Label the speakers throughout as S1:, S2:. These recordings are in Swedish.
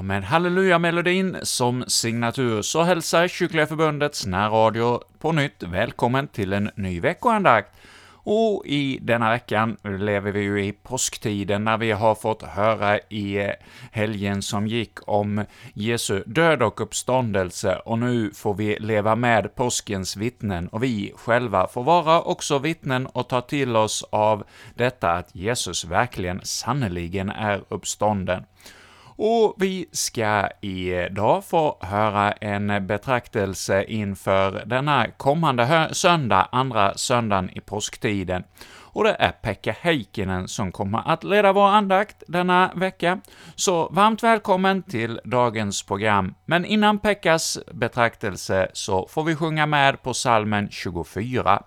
S1: Ja, med halleluja-melodin som signatur så hälsar Kyrkliga Förbundets närradio på nytt välkommen till en ny veckoandakt. Och i denna veckan lever vi ju i påsktiden när vi har fått höra i helgen som gick om Jesu död och uppståndelse, och nu får vi leva med påskens vittnen, och vi själva får vara också vittnen och ta till oss av detta att Jesus verkligen sannoliken är uppstånden. Och vi ska idag få höra en betraktelse inför denna kommande söndag, andra söndagen i påsktiden. Och det är Pekka Heikkinen som kommer att leda vår andakt denna vecka. Så varmt välkommen till dagens program. Men innan Pekkas betraktelse så får vi sjunga med på psalmen 24.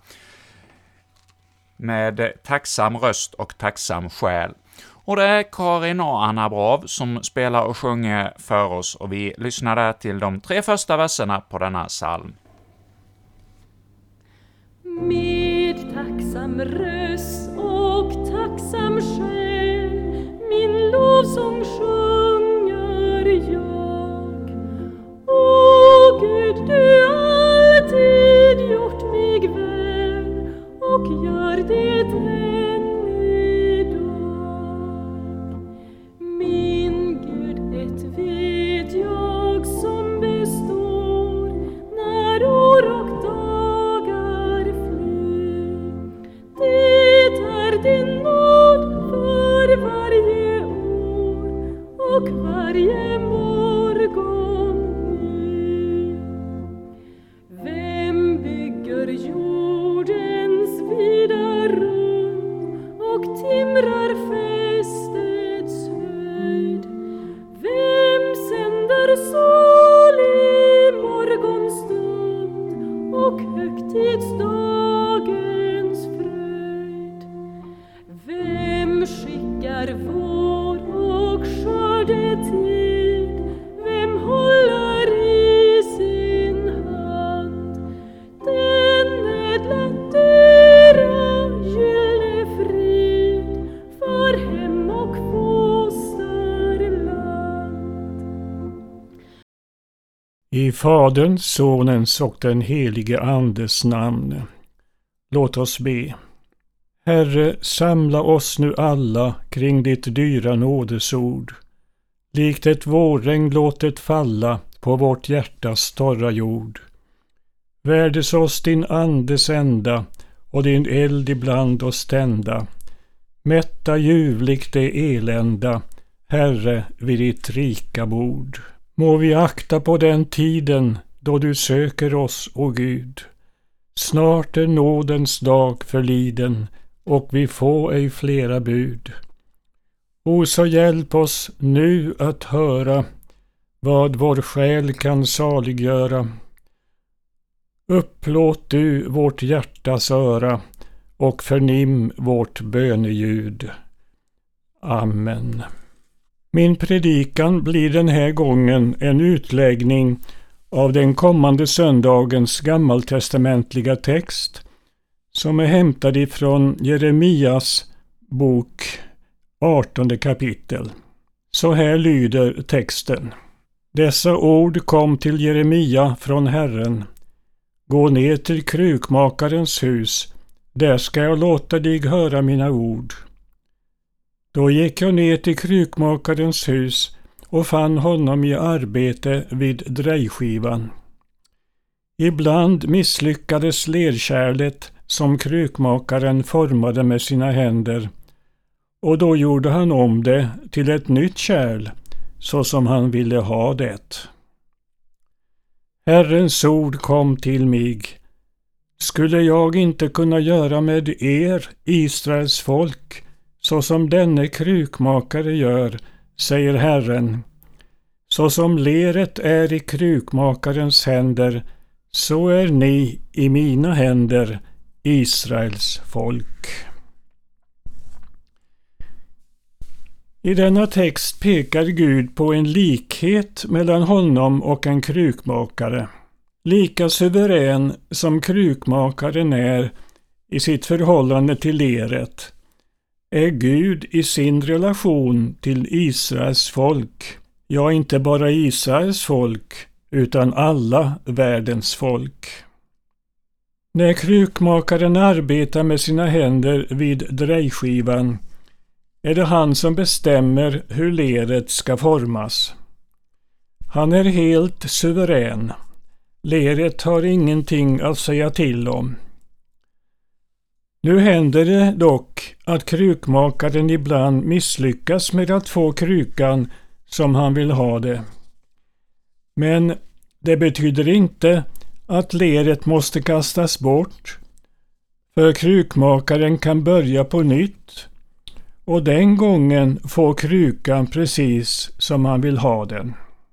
S1: Med tacksam röst och tacksam själ. Och det är Karin och Anna Brav som spelar och sjunger för oss, och vi lyssnar där till de 3 första verserna på denna psalm.
S2: Med tacksam röst och tacksam själ min lovsång sjunger jag. O Gud, du alltid gjort mig väl och gör det än idag. Min Gud, ett vet jag som består när år och dagar flyr. Det är din nåd för varje år och varje morgon ny. Vem bygger jordens vida rund och timrar fästets höjd? Vem sänder sol i morgonstund och högtidsdagens fröjd? Vem skickar vår och skördetid? Vem håller i sin hand den ädla dyra gyllene frid för hem och fosterland?
S3: I Faderns, Sonens och den helige Andes namn. Låt oss be. Herre, samla oss nu alla kring ditt dyra nådesord. Likt ett vårregn låt det falla på vårt hjärtas torra jord. Värdes oss din andes ända och din eld ibland oss tända. Mätta ljuvligt det elända, Herre, vid ditt rika bord. Må vi akta på den tiden då du söker oss, o Gud. Snart är nådens dag förliden och vi får ej flera bud. O, så hjälp oss nu att höra vad vår själ kan saliggöra. Upplåt du vårt hjärtas öra och förnim vårt böneljud. Amen. Min predikan blir den här gången en utläggning av den kommande söndagens gammaltestamentliga text som är hämtad ifrån Jeremias bok 18 kapitel. Så här lyder texten. Dessa ord kom till Jeremia från Herren. Gå ner till krukmakarens hus, där ska jag låta dig höra mina ord. Då gick jag ner till krukmakarens hus och fann honom i arbete vid drejskivan. Ibland misslyckades lerkärlet som krukmakaren formade med sina händer, och då gjorde han om det till ett nytt kärl, så som han ville ha det. Herrens ord kom till mig. Skulle jag inte kunna göra med er, Israels folk, så som denne krukmakare gör, säger Herren. Så som leret är i krukmakarens händer, så är ni i mina händer, Israels folk. I denna text pekar Gud på en likhet mellan honom och en krukmakare. Lika suverän som krukmakaren är i sitt förhållande till leret, är Gud i sin relation till Israels folk Ja, inte bara Israels folk, utan alla världens folk. När krukmakaren arbetar med sina händer vid drejskivan är det han som bestämmer hur leret ska formas. Han är helt suverän. Leret har ingenting att säga till om. Nu händer det dock att krukmakaren ibland misslyckas med att få krukan som han vill ha det. Men det betyder inte att leret måste kastas bort, för krukmakaren kan börja på nytt och den gången få krukan precis som han vill ha den.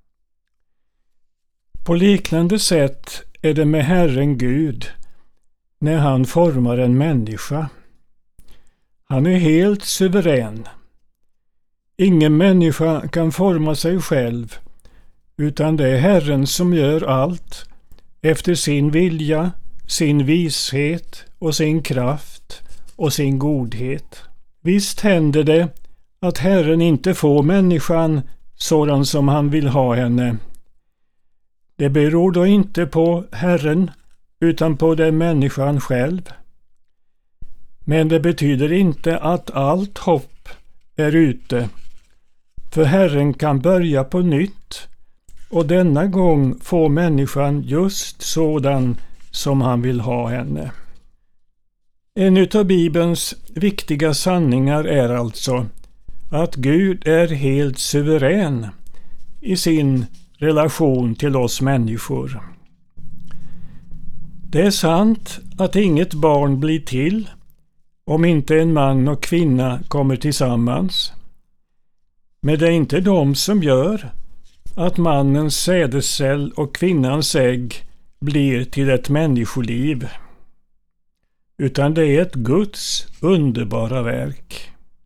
S3: På liknande sätt är det med Herren Gud när han formar en människa. Han är helt suverän. Ingen människa kan forma sig själv, utan det är Herren som gör allt efter sin vilja, sin vishet och sin kraft och sin godhet. Visst händer det att Herren inte får människan sådan som han vill ha henne. Det beror då inte på Herren utan på den människan själv. Men det betyder inte att allt hopp är ute, för Herren kan börja på nytt och denna gång får människan just sådan som han vill ha henne. En utav Bibelns viktiga sanningar är alltså att Gud är helt suverän i sin relation till oss människor. Det är sant att inget barn blir till om inte en man och kvinna kommer tillsammans. Men det är inte de som gör att mannens sädescell och kvinnans ägg blir till ett människoliv. Utan det är ett Guds underbara verk.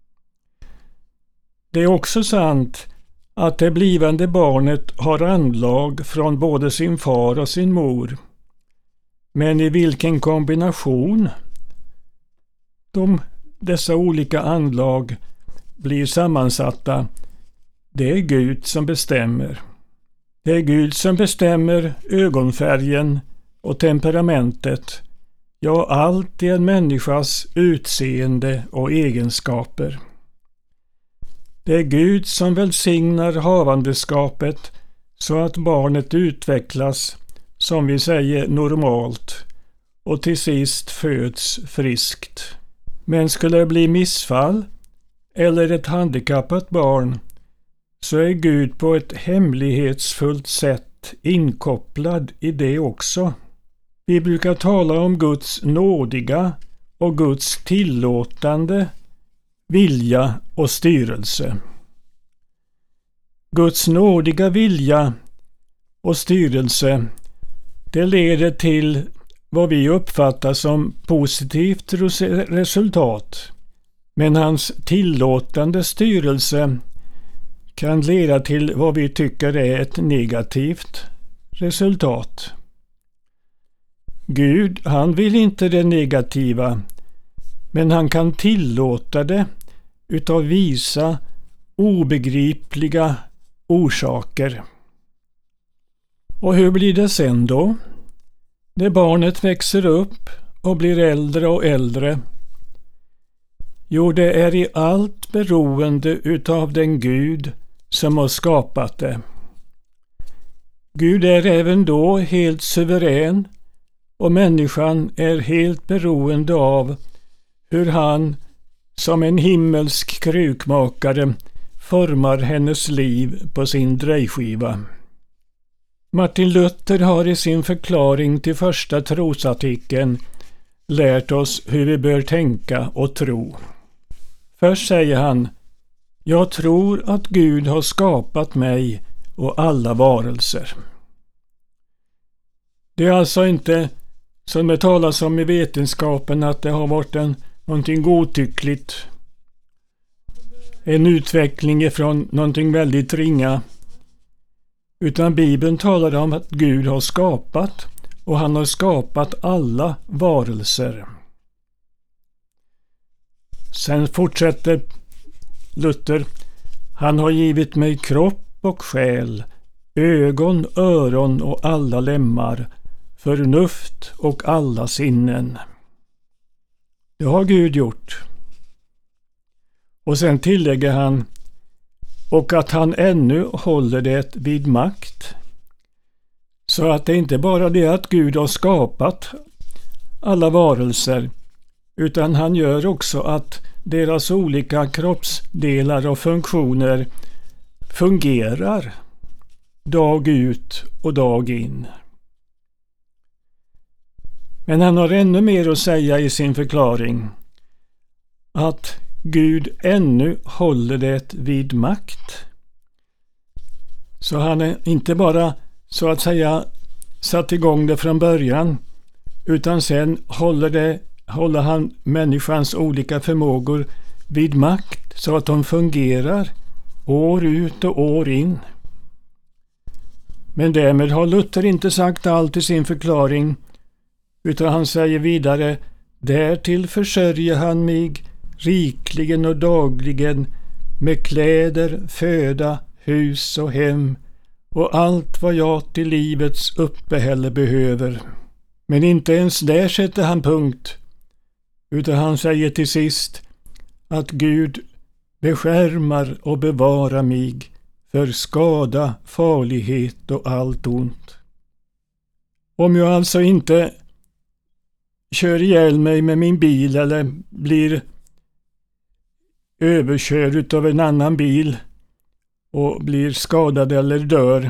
S3: Det är också sant att det blivande barnet har anlag från både sin far och sin mor. Men i vilken kombination dessa olika anlag blir sammansatta, det är Gud som bestämmer. Det är Gud som bestämmer ögonfärgen och temperamentet, ja, allt i en människas utseende och egenskaper. Det är Gud som välsignar havandeskapet så att barnet utvecklas, som vi säger, normalt och till sist föds friskt. Men skulle det bli missfall eller ett handikappat barn, så är Gud på ett hemlighetsfullt sätt inkopplad i det också. Vi brukar tala om Guds nådiga och Guds tillåtande vilja och styrelse. Guds nådiga vilja och styrelse, det leder till vad vi uppfattar som positivt resultat. Men hans tillåtande styrelse kan leda till vad vi tycker är ett negativt resultat. Gud, han vill inte det negativa, men han kan tillåta det utav visa, obegripliga orsaker. Och hur blir det sen då? När barnet växer upp och blir äldre och äldre? Jo, det är i allt beroende utav den Gud som har skapat det. Gud är även då helt suverän och människan är helt beroende av hur han som en himmelsk krukmakare formar hennes liv på sin drejskiva. Martin Luther har i sin förklaring till första trosartikeln lärt oss hur vi bör tänka och tro. Först säger han: jag tror att Gud har skapat mig och alla varelser. Det är alltså inte, som det talas om i vetenskapen, att det har varit någonting godtyckligt. En utveckling ifrån någonting väldigt ringa. Utan Bibeln talar om att Gud har skapat, och han har skapat alla varelser. Sen fortsätter Luther: han har givit mig kropp och själ, ögon, öron och alla lemmar, förnuft och alla sinnen. Det har Gud gjort. Och sen tillägger han, och att han ännu håller det vid makt. Så att det inte bara är det att Gud har skapat alla varelser, utan han gör också att deras olika kroppsdelar och funktioner fungerar dag ut och dag in. Men han har ännu mer att säga i sin förklaring, att Gud ännu håller det vid makt. Så han är inte bara så att säga satt igång det från början, utan sen håller han människans olika förmågor vid makt så att de fungerar år ut och år in. Men därmed har Luther inte sagt allt i sin förklaring, utan han säger vidare, därtill försörjer han mig rikligen och dagligen med kläder, föda, hus och hem och allt vad jag till livets uppehälle behöver. Men inte ens där sätter han punkt, utan han säger till sist att Gud beskärmar och bevarar mig för skada, farlighet och allt ont. Om jag alltså inte kör ihjäl mig med min bil eller blir överkörd av en annan bil och blir skadad eller dör,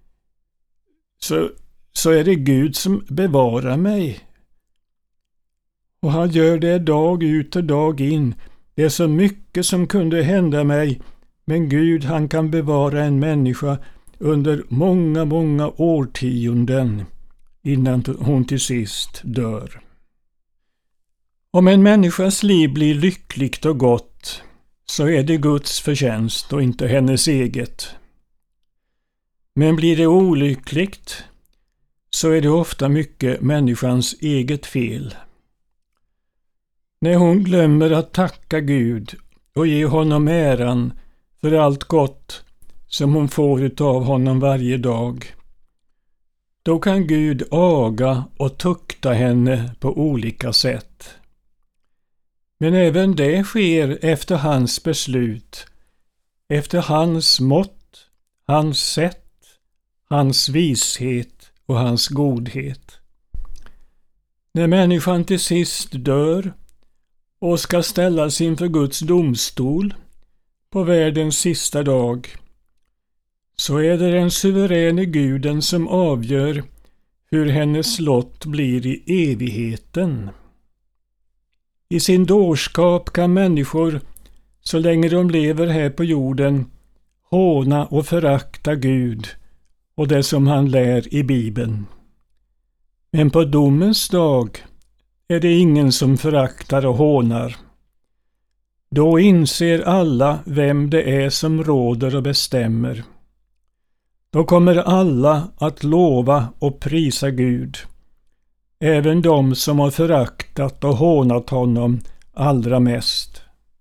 S3: så är det Gud som bevarar mig. Och han gör det dag ut och dag in. Det är så mycket som kunde hända mig, men Gud, han kan bevara en människa under många, många årtionden innan hon till sist dör. Om en människas liv blir lyckligt och gott, så är det Guds förtjänst och inte hennes eget. Men blir det olyckligt, så är det ofta mycket människans eget fel. När hon glömmer att tacka Gud och ge honom äran för allt gott som hon får utav honom varje dag, då kan Gud aga och tukta henne på olika sätt. Men även det sker efter hans beslut, efter hans mått, hans sätt, hans vishet och hans godhet. När människan till sist dör och ska ställas inför Guds domstol på världens sista dag, så är det den suveräne Guden som avgör hur hennes lott blir i evigheten. I sin dårskap kan människor, så länge de lever här på jorden, håna och förakta Gud och det som han lär i Bibeln. Men på domens dag är det ingen som föraktar och hånar. Då inser alla vem det är som råder och bestämmer. Då kommer alla att lova och prisa Gud, även de som har föraktat och hånat honom allra mest.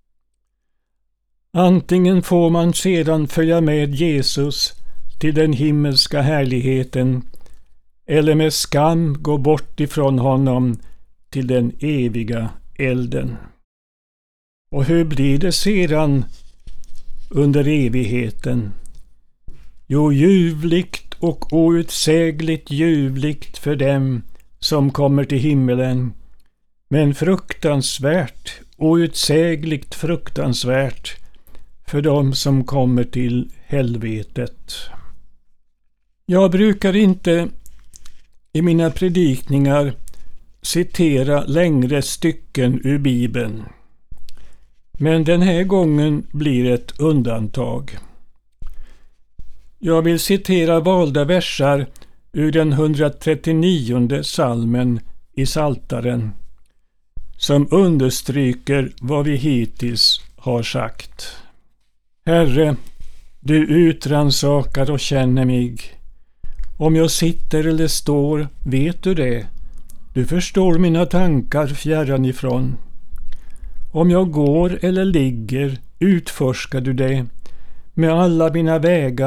S3: Antingen får man sedan följa med Jesus till den himmelska härligheten, eller med skam gå bort ifrån honom till den eviga elden. Och hur blir det sedan under evigheten? Jo, ljuvligt och outsägligt ljuvligt för dem som kommer till himmelen, men fruktansvärt, outsägligt fruktansvärt för dem som kommer till helvetet. Jag brukar inte i mina predikningar citera längre stycken ur Bibeln, men den här gången blir ett undantag. Jag vill citera valda versar ur den 139:e psalmen i Psaltaren, som understryker vad vi hittills har sagt. Herre, du utransakar och känner mig. Om jag sitter eller står, vet du det. Du förstår mina tankar fjärran ifrån. Om jag går eller ligger, utforskar du det. Med alla mina vägar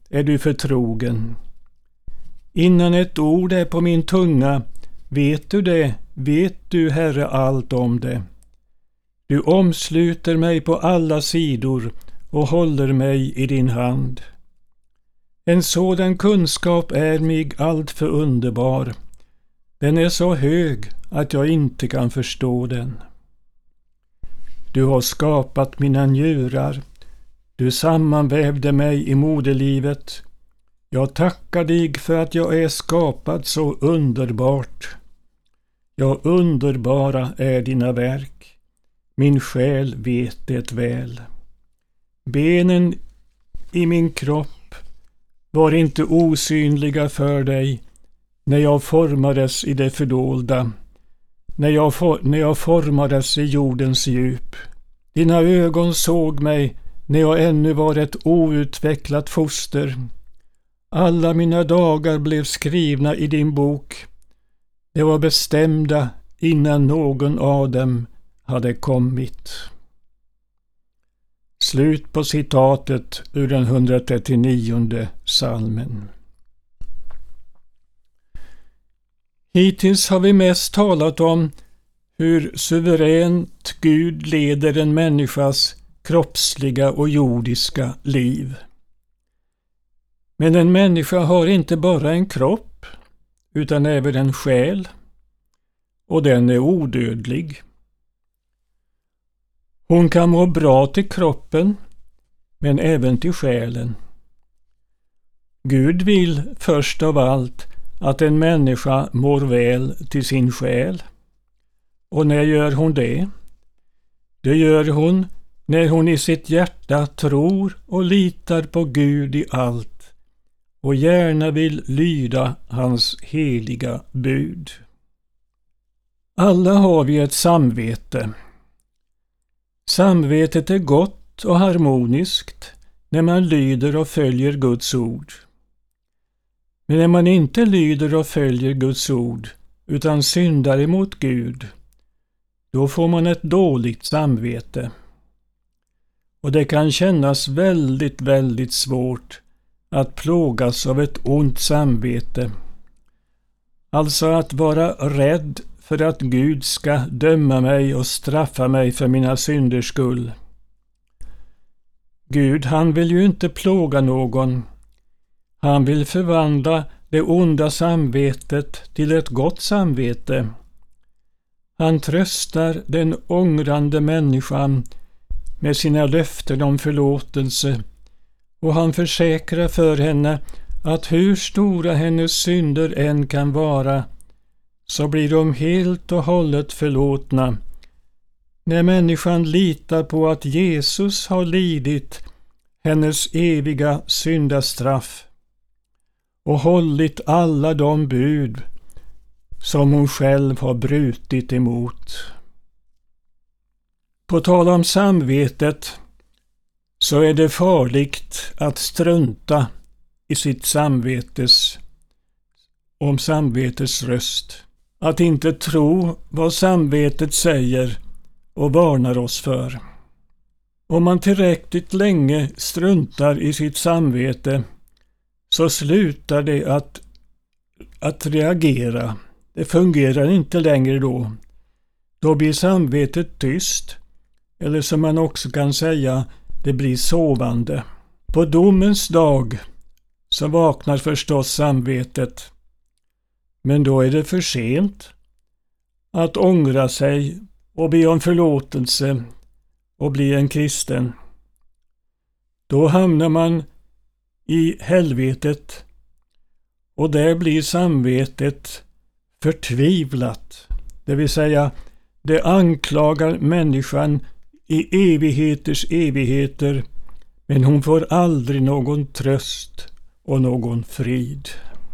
S3: är du förtrogen. Innan ett ord är på min tunga, vet du det, vet du, Herre, allt om det. Du omsluter mig på alla sidor och håller mig i din hand. En sådan kunskap är mig allt för underbar. Den är så hög att jag inte kan förstå den. Du har skapat mina njurar. Du sammanvävde mig i moderlivet. Jag tackar dig för att jag är skapad så underbart. Ja, underbara är dina verk. Min själ vet det väl. Benen i min kropp var inte osynliga för dig när jag formades i det fördolda, när jag formades i jordens djup. Dina ögon såg mig när jag ännu var ett outvecklat foster. Alla mina dagar blev skrivna i din bok. De var bestämda innan någon av dem hade kommit. Slut på citatet ur den 139:e psalmen. Hittills har vi mest talat om hur suveränt Gud leder en människas kroppsliga och jordiska liv. Men en människa har inte bara en kropp, utan även en själ, och den är odödlig. Hon kan må bra till kroppen, men även till själen. Gud vill först av allt att en människa mår väl till sin själ. Och när gör hon det? Det gör hon när hon i sitt hjärta tror och litar på Gud i allt och gärna vill lyda hans heliga bud. Alla har vi ett samvete. Samvetet är gott och harmoniskt när man lyder och följer Guds ord. Men när man inte lyder och följer Guds ord utan syndar emot Gud, då får man ett dåligt samvete. Och det kan kännas väldigt, väldigt svårt att plågas av ett ont samvete. Alltså att vara rädd för att Gud ska döma mig och straffa mig för mina synders skull. Gud, han vill ju inte plåga någon. Han vill förvandla det onda samvetet till ett gott samvete. Han tröstar den ångrande människan med sina löften om förlåtelse, och han försäkrar för henne att hur stora hennes synder än kan vara, så blir de helt och hållet förlåtna när människan litar på att Jesus har lidit hennes eviga syndastraff och hållit alla de bud som hon själv har brutit emot. På tal om samvetet så är det farligt att strunta i sitt samvetets röst. Att inte tro vad samvetet säger och varnar oss för. Om man tillräckligt länge struntar i sitt samvete så slutar det att reagera. Det fungerar inte längre då. Då blir samvetet tyst, eller som man också kan säga, det blir sovande. På domens dag så vaknar förstås samvetet, men då är det för sent att ångra sig och be om förlåtelse och bli en kristen. Då hamnar man i helvetet, och där blir samvetet förtvivlat. Det vill säga, det anklagar människan i evigheters evigheter, men hon får aldrig någon tröst och någon frid.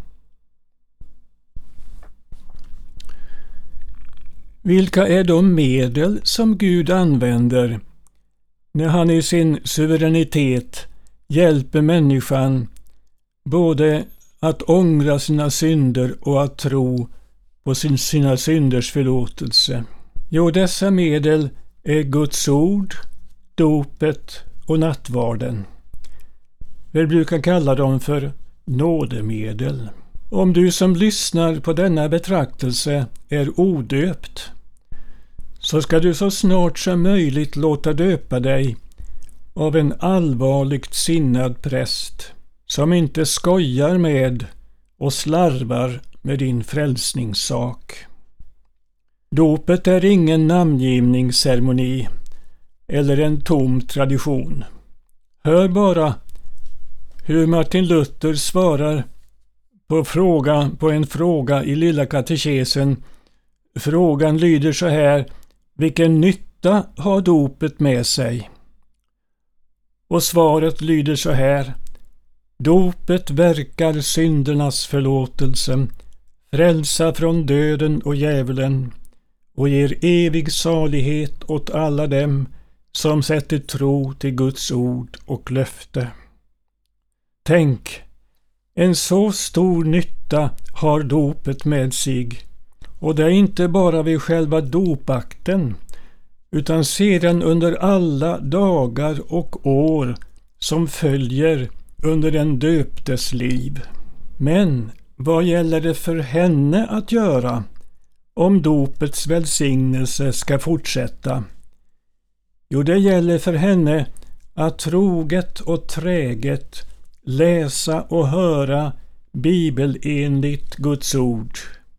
S3: Vilka är de medel som Gud använder när han i sin suveränitet hjälper människan både att ångra sina synder och att tro på sina synders förlåtelse? Jo, dessa medel är Guds ord, dopet och nattvarden. Vi brukar kalla dem för nådemedel. Om du som lyssnar på denna betraktelse är odöpt, så ska du så snart som möjligt låta döpa dig av en allvarligt sinnad präst som inte skojar med och slarvar med din frälsningssak. Dopet är ingen namngivningsceremoni eller en tom tradition. Hör bara hur Martin Luther svarar på en fråga i Lilla katekesen. Frågan lyder så här: vilken nytta har dopet med sig? Och svaret lyder så här: dopet verkar syndernas förlåtelse, frälsa från döden och djävulen och ger evig salighet åt alla dem som sätter tro till Guds ord och löfte. Tänk, en så stor nytta har dopet med sig, och det är inte bara vid själva dopakten utan sedan under alla dagar och år som följer under den döptes liv. Men vad gäller det för henne att göra om dopets välsignelse ska fortsätta? Jo, det gäller för henne att troget och träget läsa och höra bibelenligt Guds ord.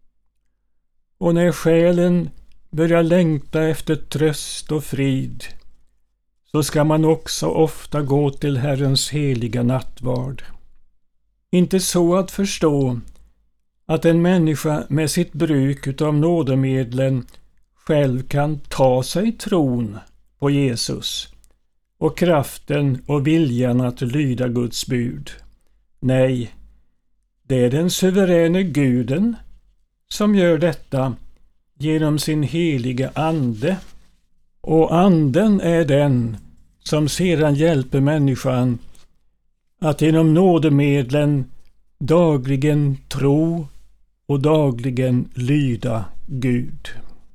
S3: Och när själen börjar längta efter tröst och frid, så ska man också ofta gå till Herrens heliga nattvard. Inte så att förstå att en människa med sitt bruk utav nådemedlen själv kan ta sig tron på Jesus och kraften och viljan att lyda Guds bud. Nej, det är den suveräne Guden som gör detta genom sin heliga ande. Och anden är den som sedan hjälper människan att genom nådemedlen dagligen tro och dagligen lyda Gud.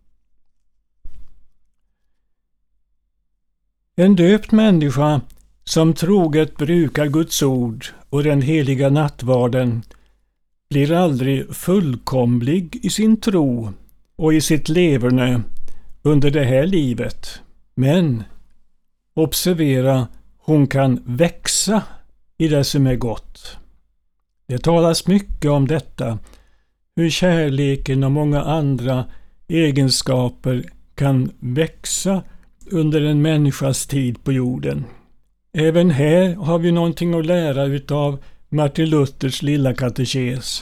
S3: En döpt människa som troget brukar Guds ord och den heliga nattvarden blir aldrig fullkomlig i sin tro och i sitt leverne under det här livet. Men observera, hon kan växa i det som är gott. Det talas mycket om detta, hur kärleken och många andra egenskaper kan växa under en människas tid på jorden. Även här har vi någonting att lära utav Martin Luthers lilla katekes.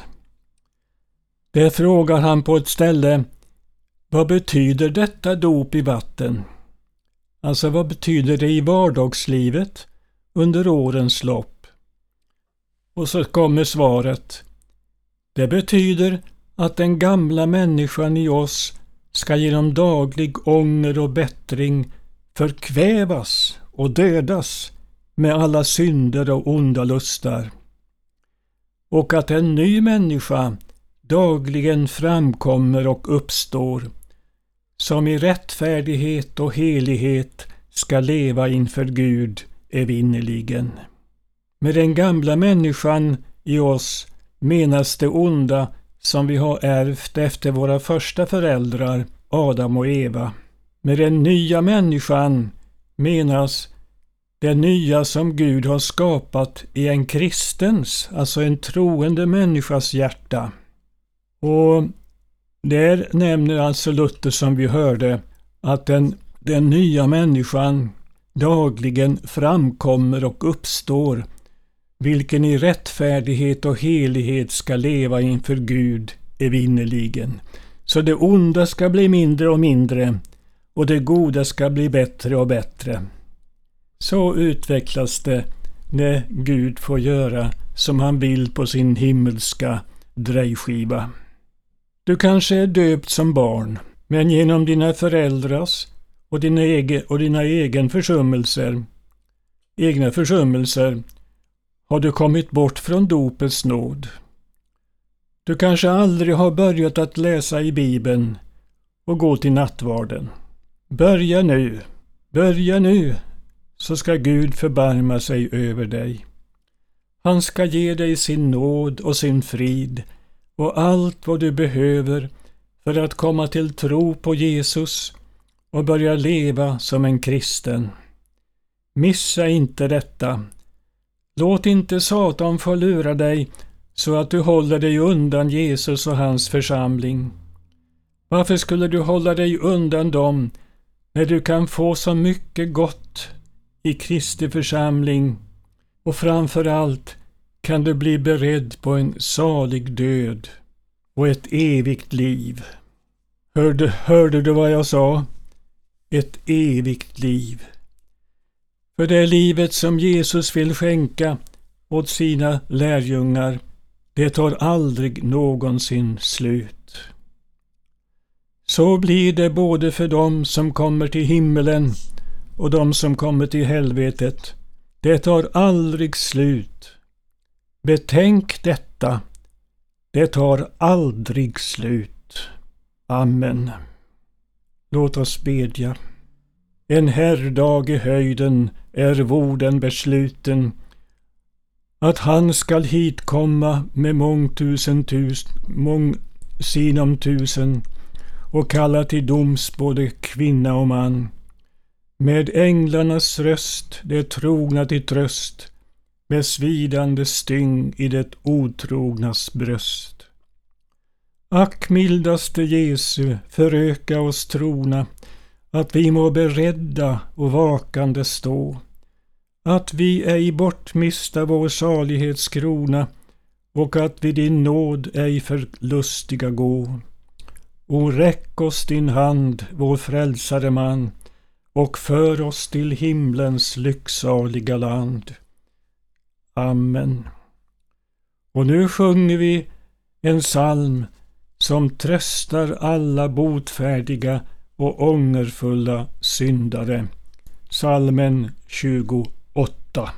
S3: Där frågar han på ett ställe: vad betyder detta dop i vatten? Alltså, vad betyder det i vardagslivet under årens lopp? Och så kommer svaret: det betyder att den gamla människan i oss ska genom daglig ånger och bättring förkvävas och dödas med alla synder och onda lustar, och att en ny människa dagligen framkommer och uppstår, som i rättfärdighet och helighet ska leva inför Gud evinnerligen. Med den gamla människan i oss menas det onda som vi har ärvt efter våra första föräldrar, Adam och Eva. Med den nya människan menas det nya som Gud har skapat i en kristens, alltså en troende människas hjärta. Och där nämner alltså Luther, som vi hörde, att den nya människan dagligen framkommer och uppstår, vilken i rättfärdighet och helighet ska leva inför Gud evinnerligen. Så det onda ska bli mindre och mindre, och det goda ska bli bättre och bättre. Så utvecklas det när Gud får göra som han vill på sin himmelska drejskiva. Du kanske är döpt som barn, men genom dina föräldrars och dina egna försummelser har du kommit bort från dopets nåd. Du kanske aldrig har börjat att läsa i Bibeln och gå till nattvarden. Börja nu, så ska Gud förbarma sig över dig. Han ska ge dig sin nåd och sin frid och allt vad du behöver för att komma till tro på Jesus och börja leva som en kristen. Missa inte detta. Låt inte Satan få lura dig så att du håller dig undan Jesus och hans församling. Varför skulle du hålla dig undan dem när du kan få så mycket gott i Kristi församling, och framför allt kan du bli beredd på en salig död och ett evigt liv. Hörde du vad jag sa? Ett evigt liv. För det livet som Jesus vill skänka åt sina lärjungar, det tar aldrig någonsin slut. Så blir det både för dem som kommer till himmelen och de som kommer till helvetet. Det tar aldrig slut. Betänk detta. Det tar aldrig slut. Amen. Låt oss bedja. En herrdag i höjden är vorden besluten, att han skall hit komma med sinom tusen och kalla till doms både kvinna och man. Med änglarnas röst, det trogna till tröst, med svidande styng i det otrognas bröst. Ack mildaste Jesu, föröka oss trona, att vi må beredda och vakande stå, att vi ej bortmista vår salighetskrona och att vi din nåd ej förlustiga gå. O räck oss din hand, vår frälsare man, och för oss till himlens lycksaliga land. Amen. Och nu sjunger vi en psalm som tröstar alla botfärdiga och ångerfulla syndare. Psalmen 28.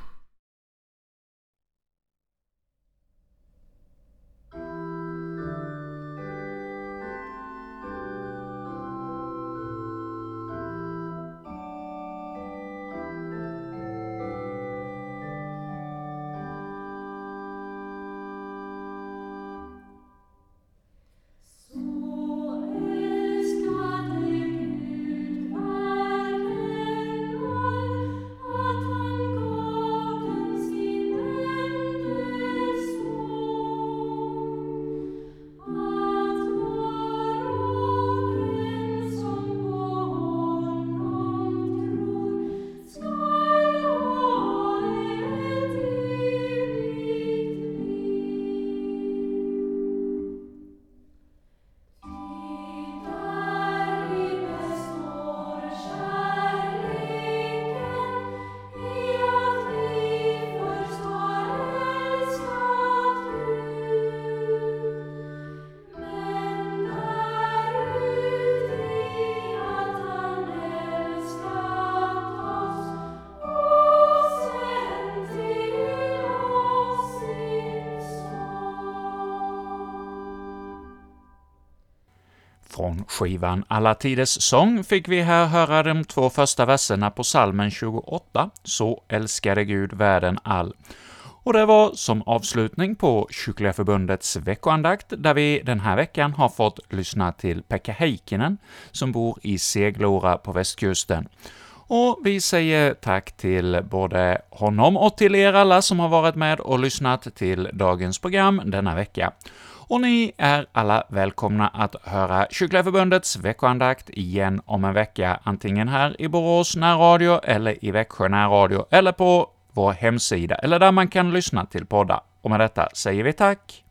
S1: Från skivan Alla tiders sång fick vi här höra de 2 första verserna på psalmen 28, Så älskade Gud världen all. Och det var som avslutning på Kyrkliga förbundets veckoandakt, där vi den här veckan har fått lyssna till Pekka Heikkinen, som bor i Seglora på västkusten. Och vi säger tack till både honom och till er alla som har varit med och lyssnat till dagens program denna vecka. Och ni är alla välkomna att höra Kyrkliga förbundets veckoandakt igen om en vecka, antingen här i Borås närradio eller i Växjö närradio eller på vår hemsida eller där man kan lyssna till poddar. Och med detta säger vi tack.